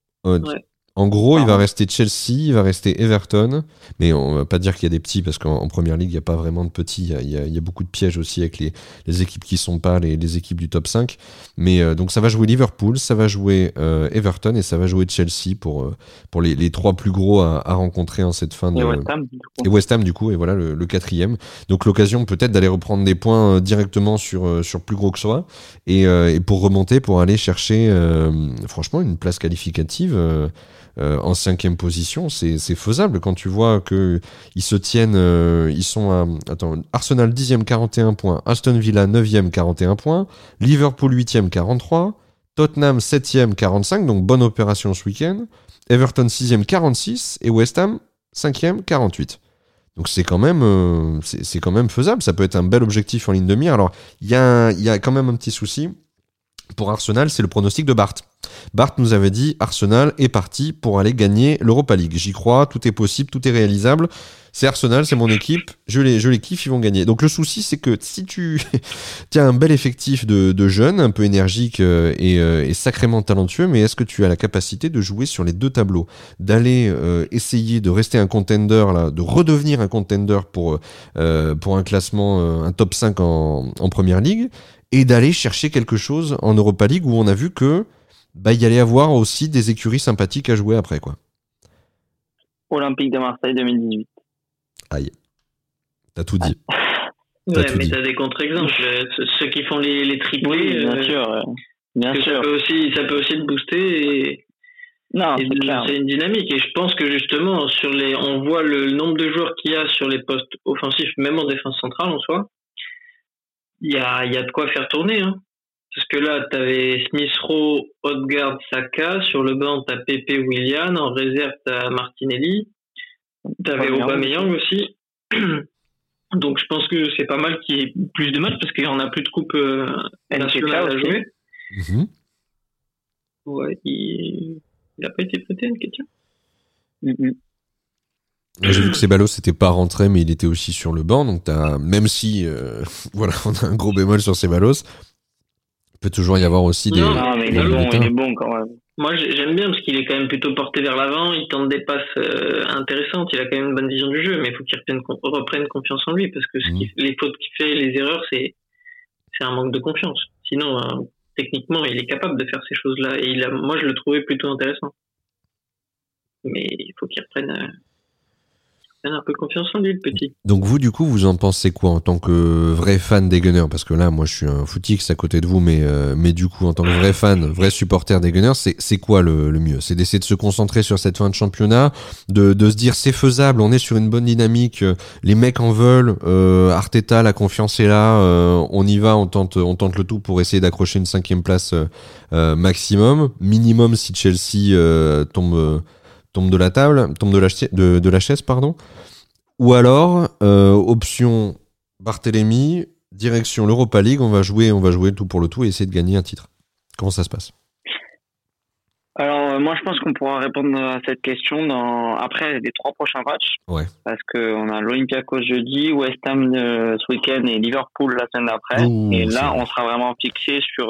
En gros, il va rester Chelsea, il va rester Everton, mais on va pas dire qu'il y a des petits, parce qu'en Première Ligue, il n'y a pas vraiment de petits, il y a beaucoup de pièges aussi avec les équipes qui sont pas les équipes du top 5, mais donc ça va jouer Liverpool, ça va jouer Everton et ça va jouer Chelsea pour les trois plus gros à rencontrer en cette fin de... Et West Ham du coup, et voilà le 4e. Donc l'occasion peut-être d'aller reprendre des points directement sur plus gros que soi, et pour remonter, pour aller chercher franchement une place qualificative en 5e position, c'est faisable quand tu vois que ils se tiennent, ils sont à Arsenal 10e 41 points, Aston Villa 9e 41 points, Liverpool 8e 43, Tottenham 7e 45, donc bonne opération ce week-end, Everton 6e 46 et West Ham 5e 48. Donc c'est quand même faisable, ça peut être un bel objectif en ligne de mire. Alors il y a quand même un petit souci pour Arsenal, c'est le pronostic de Bart. Bart nous avait dit Arsenal est parti pour aller gagner l'Europa League. J'y crois, tout est possible, tout est réalisable. C'est Arsenal, c'est mon équipe, je les kiffe, ils vont gagner. Donc le souci, c'est que si tu as un bel effectif de jeunes, un peu énergiques et sacrément talentueux, mais est-ce que tu as la capacité de jouer sur les deux tableaux, d'aller essayer de rester un contender, là, de redevenir un contender pour un classement, un top 5 en Première Ligue, et d'aller chercher quelque chose en Europa League où on a vu que il y allait avoir aussi des écuries sympathiques à jouer après, quoi. Olympique de Marseille 2018. Aïe. T'as tout dit. Ouais, mais t'as des contre-exemples. Ceux qui font les triplés. Oui, bien sûr. Bien sûr. Ça peut aussi te booster c'est une dynamique. Et je pense que justement, on voit le nombre de joueurs qu'il y a sur les postes offensifs, même en défense centrale en soi. Il y a de quoi faire tourner, hein. Parce que là, t'avais Smith Rowe, Odegaard, Saka. Sur le banc, t'as Pepe, Willian. En réserve, t'as Martinelli. T'avais Aubameyang aussi. Donc, je pense que c'est pas mal qu'il y ait plus de matchs parce qu'il y en a plus de coupes nationales à jouer. Mhm. Ouais, il a pas été prêté, Nketiah. J'ai vu que Ceballos n'était pas rentré, mais il était aussi sur le banc. Donc, même si voilà, on a un gros bémol sur Ceballos, il peut toujours y avoir aussi des. Non, mais il est bon quand même. Moi, j'aime bien parce qu'il est quand même plutôt porté vers l'avant. Il tente des passes intéressantes. Il a quand même une bonne vision du jeu, mais il faut qu'il reprenne confiance en lui parce que les fautes qu'il fait, les erreurs, c'est un manque de confiance. Sinon, techniquement, il est capable de faire ces choses-là. Et moi, je le trouvais plutôt intéressant. Mais il faut qu'il reprenne un peu confiance en lui, le petit. Donc vous, du coup, vous en pensez quoi en tant que vrai fan des Gunners? Parce que là, moi, je suis un footix à côté de vous, mais du coup, en tant que vrai fan, vrai supporter des Gunners, c'est quoi le mieux? C'est d'essayer de se concentrer sur cette fin de championnat, de se dire c'est faisable, on est sur une bonne dynamique, les mecs en veulent, Arteta, la confiance est là, on y va, on tente le tout pour essayer d'accrocher une 5e place maximum, minimum si Chelsea tombe de la table, tombe de la chaise, pardon. Ou alors, option Barthélemy, direction l'Europa League, on va jouer le tout pour le tout et essayer de gagner un titre. Comment ça se passe? Alors, moi, je pense qu'on pourra répondre à cette question après les 3 prochains matchs. Ouais. Parce qu'on a l'Olympiakos jeudi, West Ham ce week-end et Liverpool la semaine d'après. Et là, on sera vraiment fixé sur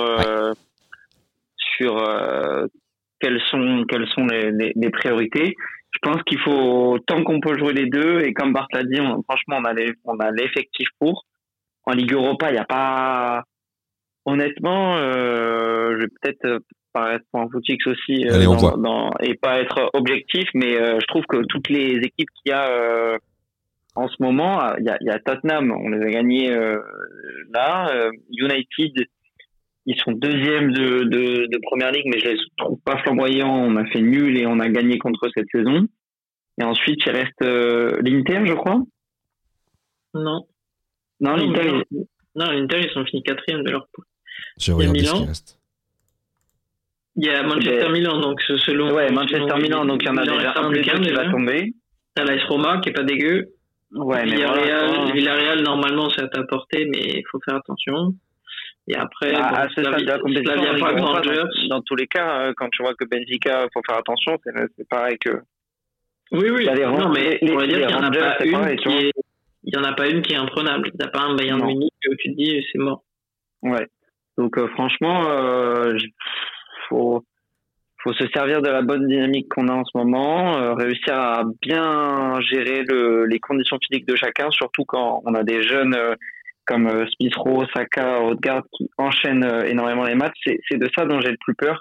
quelles sont les priorités. Je pense qu'il faut, tant qu'on peut jouer les deux, et comme Bart l'a dit, franchement, on a l'effectif pour. En Ligue Europa, il n'y a pas... Honnêtement, je vais peut-être paraître pour un footix aussi Allez, et pas être objectif, mais je trouve que toutes les équipes qu'il y a en ce moment, il y a Tottenham, on les a gagnés là, United, ils sont deuxième de Première Ligue, mais je les trouve pas flamboyants. On a fait nul et on a gagné contre cette saison. Et ensuite, il reste l'Inter, je crois. Non, l'Inter, ils sont finis 4e de leur poule. J'ai regardé ce qui reste. Il y a Manchester-Milan, donc selon... Ouais, Manchester-Milan, donc il y en a déjà un plus qui va tomber. T'as l'AS Roma, qui est pas dégueu. Ouais, Villarreal, normalement, c'est à ta portée, mais il faut faire attention. Et après, à ce stade de la compétition, dans tous les cas, quand tu vois que Benfica, faut faire attention, c'est pareil que... Oui. Non, mais on va dire qu'il n'y en a pas une il y en a pas une qui est imprenable. T'as pas un Bayern Munich où tu te dis c'est mort. Ouais. Donc franchement, faut se servir de la bonne dynamique qu'on a en ce moment, réussir à bien gérer les conditions physiques de chacun, surtout quand on a des jeunes comme Smith Rowe, Saka, Odegaard qui enchaînent énormément les matchs. C'est de ça dont j'ai le plus peur.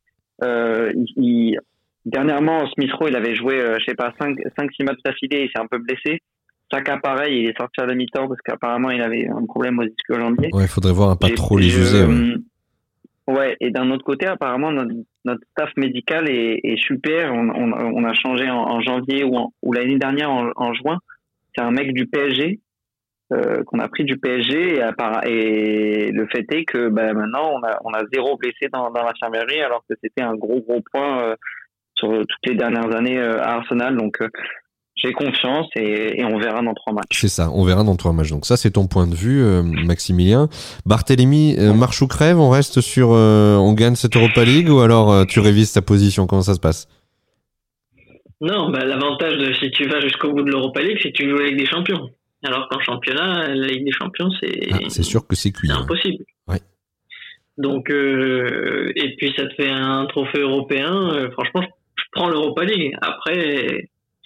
Dernièrement, Smith Rowe, il avait joué, 5-6 matchs d'affilée, il s'est un peu blessé. Saka, pareil, il est sorti à la mi-temps parce qu'apparemment, il avait un problème au disque jambier. Ouais, il faudrait voir pas trop les user. Ouais, et d'un autre côté, apparemment, notre staff médical est super. On a changé en janvier ou l'année dernière en juin. C'est un mec du PSG qu'on a pris du PSG et le fait est que maintenant on a 0 blessé dans l'infirmerie alors que c'était un gros point sur toutes les dernières années à Arsenal. Donc j'ai confiance et on verra dans 3 matchs. C'est ça, on verra dans 3 matchs. Donc ça, c'est ton point de vue, Maximilien. Barthélemy, marche ou crève, on reste sur... on gagne cette Europa League ou alors tu révises ta position? Comment ça se passe? Non, l'avantage si tu vas jusqu'au bout de l'Europa League, c'est que tu joues avec des champions. Alors qu'en championnat, la Ligue des Champions, c'est sûr que c'est cuit. C'est impossible. Ouais. Donc, et puis ça te fait un trophée européen. Franchement, je prends l'Europa League. Après...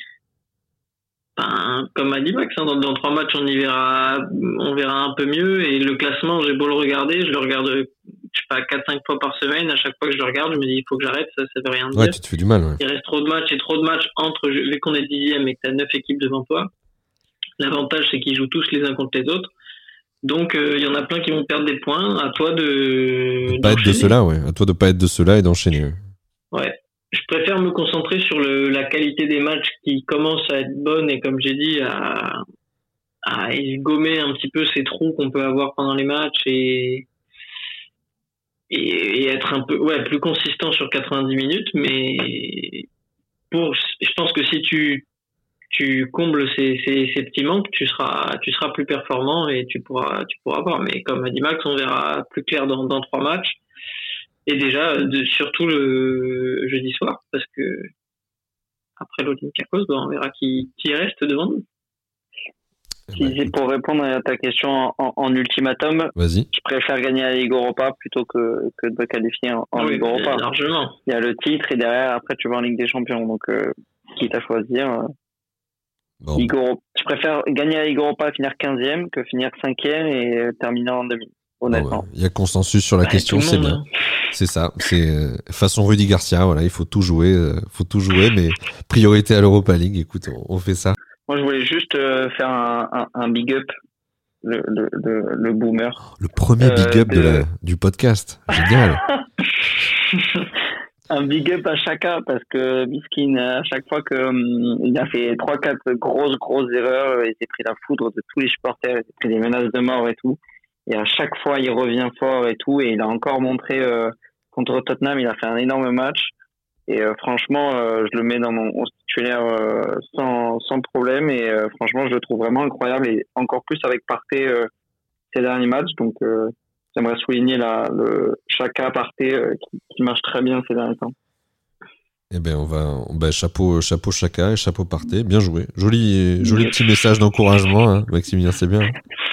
comme a dit Max, dans 3 matchs on verra un peu mieux et le classement, j'ai beau le regarder, je le regarde, je sais pas, 4-5 fois par semaine, à chaque fois que je le regarde, je me dis il faut que j'arrête, ça veut rien dire. Ouais, tu te fais du mal. Ouais. Il reste trop de matchs vu qu'on est 10e et que t'as 9 équipes devant toi. L'avantage c'est qu'ils jouent tous les uns contre les autres. Donc il y en a plein qui vont perdre des points, à toi de pas être de ceux-là, ouais. À toi de pas être de ceux-là et d'enchaîner. Ouais. Je préfère me concentrer sur la qualité des matchs qui commencent à être bonnes et comme j'ai dit à gommer un petit peu ces trous qu'on peut avoir pendant les matchs et être un peu plus consistant sur 90 minutes, mais je pense que si tu combles ces petits manques, tu seras plus performant et tu pourras voir. Mais comme a dit Max, on verra plus clair dans 3 matchs. Et déjà, surtout le jeudi soir, parce que après l'Olympiakos, on verra qui reste devant nous. Si c'est pour répondre à ta question en ultimatum, Vas-y. Je préfère gagner la Ligue Europa plutôt que de me qualifier en Ligue Europa. Largement. Il y a le titre et derrière, après, tu vas en Ligue des Champions. Donc, quitte à choisir, Ligue Europa. Je préfère gagner la Ligue Europa, finir 15e, que finir 5e et terminer en demi. Honnêtement. Il y a consensus sur la question, c'est bien. C'est ça. C'est façon Rudy Garcia. Voilà, il faut tout jouer, mais priorité à l'Europa League. Écoute, on fait ça. Moi, je voulais juste faire un big up, le boomer. Le premier big up du podcast. Génial. Un big up à Xhaka, parce que Miskin, à chaque fois qu'il a fait 3-4 grosses erreurs, il s'est pris la foudre de tous les supporters, il s'est pris des menaces de mort et tout. Et à chaque fois, il revient fort et tout. Et il a encore montré contre Tottenham, il a fait un énorme match. Et franchement, je le mets dans mon 11 titulaire sans problème. Et franchement, je le trouve vraiment incroyable. Et encore plus avec Partey ces derniers matchs. Donc, j'aimerais souligner le Xhaka Partey qui marche très bien ces derniers temps. Eh ben chapeau Xhaka et chapeau Partey, bien joué. Joli petit message d'encouragement, hein, Maximilien, c'est bien.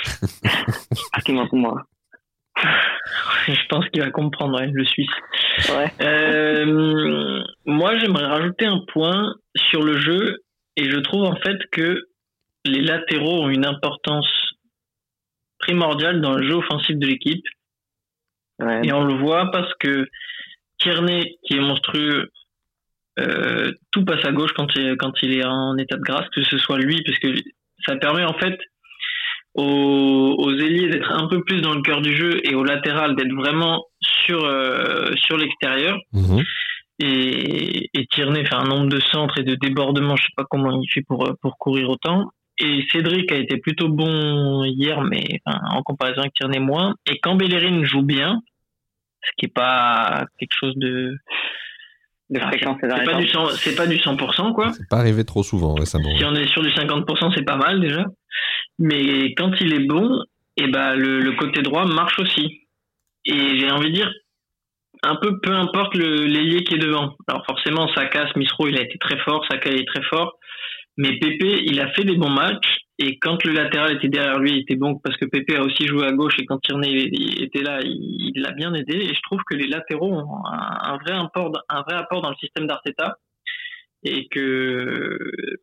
Moi. Je pense qu'il va comprendre, le Suisse. Ouais. Moi, j'aimerais rajouter un point sur le jeu, et je trouve en fait que les latéraux ont une importance primordiale dans le jeu offensif de l'équipe. Ouais. Et on le voit parce que Tierney, qui est monstrueux, tout passe à gauche quand il est en état de grâce, que ce soit lui, parce que ça permet en fait aux ailiers d'être un peu plus dans le cœur du jeu et au latéral d'être vraiment sur l'extérieur. Mmh. Et Tierney fait un nombre de centres et de débordements, je sais pas comment il fait pour courir autant. Et Cédric a été plutôt bon hier, mais en comparaison avec Tierney moins. Et quand Bellerin joue bien, ce qui est pas quelque chose de fréquent, c'est pas du 100%, quoi. C'est pas arrivé trop souvent récemment. Si on est sur du 50%, c'est pas mal déjà. Mais quand il est bon, et le côté droit marche aussi. Et j'ai envie de dire, un peu importe l'ailier qui est devant. Alors forcément, Saka, Smith-Rowe, il a été très fort, Saka il est très fort. Mais Pepe, il a fait des bons matchs. Et quand le latéral était derrière lui, il était bon parce que Pepe a aussi joué à gauche. Et quand Tierney était là, il l'a bien aidé. Et je trouve que les latéraux ont un vrai apport dans le système d'Arteta. Et que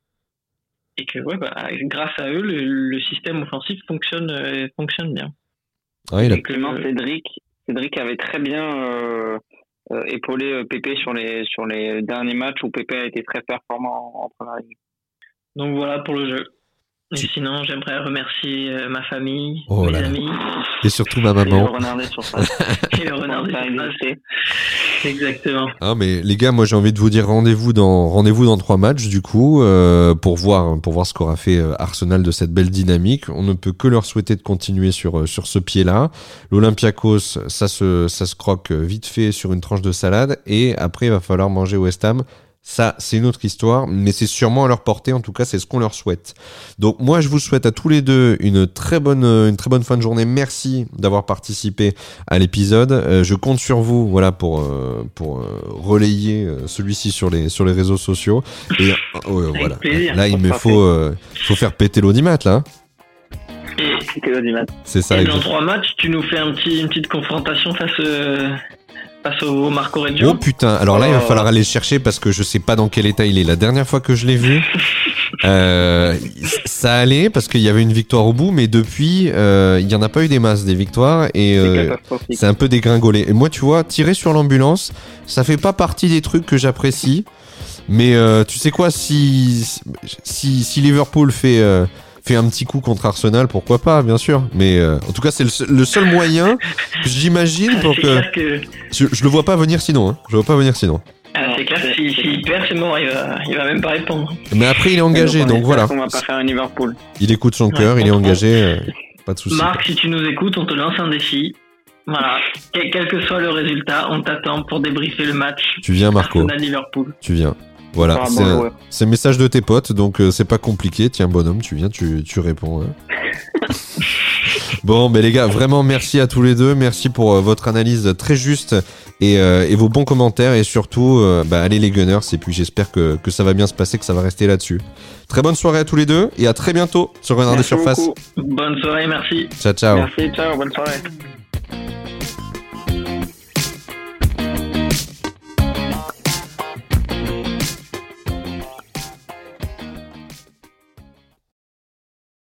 grâce à eux, le système offensif fonctionne bien. Ah, Cédric avait très bien épaulé Pepe sur les derniers matchs où Pepe a été très performant en première ligne. Donc voilà pour le jeu. Et sinon, j'aimerais remercier ma famille, mes amis. Et surtout ma maman. Et le renardé sur ça. Et le renardé sur ça. Exactement. Ah, mais les gars, moi j'ai envie de vous dire rendez-vous dans 3 matchs du coup pour voir ce qu'aura fait Arsenal de cette belle dynamique. On ne peut que leur souhaiter de continuer sur ce pied-là. L'Olympiakos, ça se croque vite fait sur une tranche de salade et après il va falloir manger West Ham. Ça, c'est une autre histoire, mais c'est sûrement à leur portée. En tout cas, c'est ce qu'on leur souhaite. Donc, moi, je vous souhaite à tous les deux une très bonne fin de journée. Merci d'avoir participé à l'épisode. Je compte sur vous, voilà, pour relayer celui-ci sur les réseaux sociaux. Et voilà. Plaisir. Là, il faut faire péter l'audimat, là. C'est ça. Et dans 3 matchs, tu nous fais une petite confrontation face au Marco Reggio. Oh putain, alors là il va falloir aller chercher parce que je sais pas dans quel état il est. La dernière fois que je l'ai vu, ça allait parce qu'il y avait une victoire au bout, mais depuis il y en a pas eu des masses des victoires et c'est un peu dégringolé. Et moi tu vois, tirer sur l'ambulance, ça fait pas partie des trucs que j'apprécie, mais tu sais quoi, si Liverpool fait un petit coup contre Arsenal, pourquoi pas, bien sûr. Mais en tout cas, c'est le seul moyen que j'imagine pour que... Je le vois pas venir sinon. Hein. Je le vois pas venir sinon. C'est clair, s'il perd, c'est mort, il va même pas répondre. Mais après, il est engagé, donc voilà. On va pas faire un Liverpool. Il écoute son cœur, il est engagé, pas de souci. Marc, si tu nous écoutes, on te lance un défi. Voilà, quel que soit le résultat, on t'attend pour débriefer le match. Tu viens, Marco. Liverpool. Tu viens. Voilà, c'est un message de tes potes, donc c'est pas compliqué. Tiens, bonhomme, tu viens, tu réponds. Hein. Bon, les gars, vraiment merci à tous les deux. Merci pour votre analyse très juste et vos bons commentaires. Et surtout, allez les Gunners. Et puis j'espère que ça va bien se passer, que ça va rester là-dessus. Très bonne soirée à tous les deux et à très bientôt sur Renard des Surfaces. Bonne soirée, merci. Ciao, ciao. Merci, ciao, bonne soirée.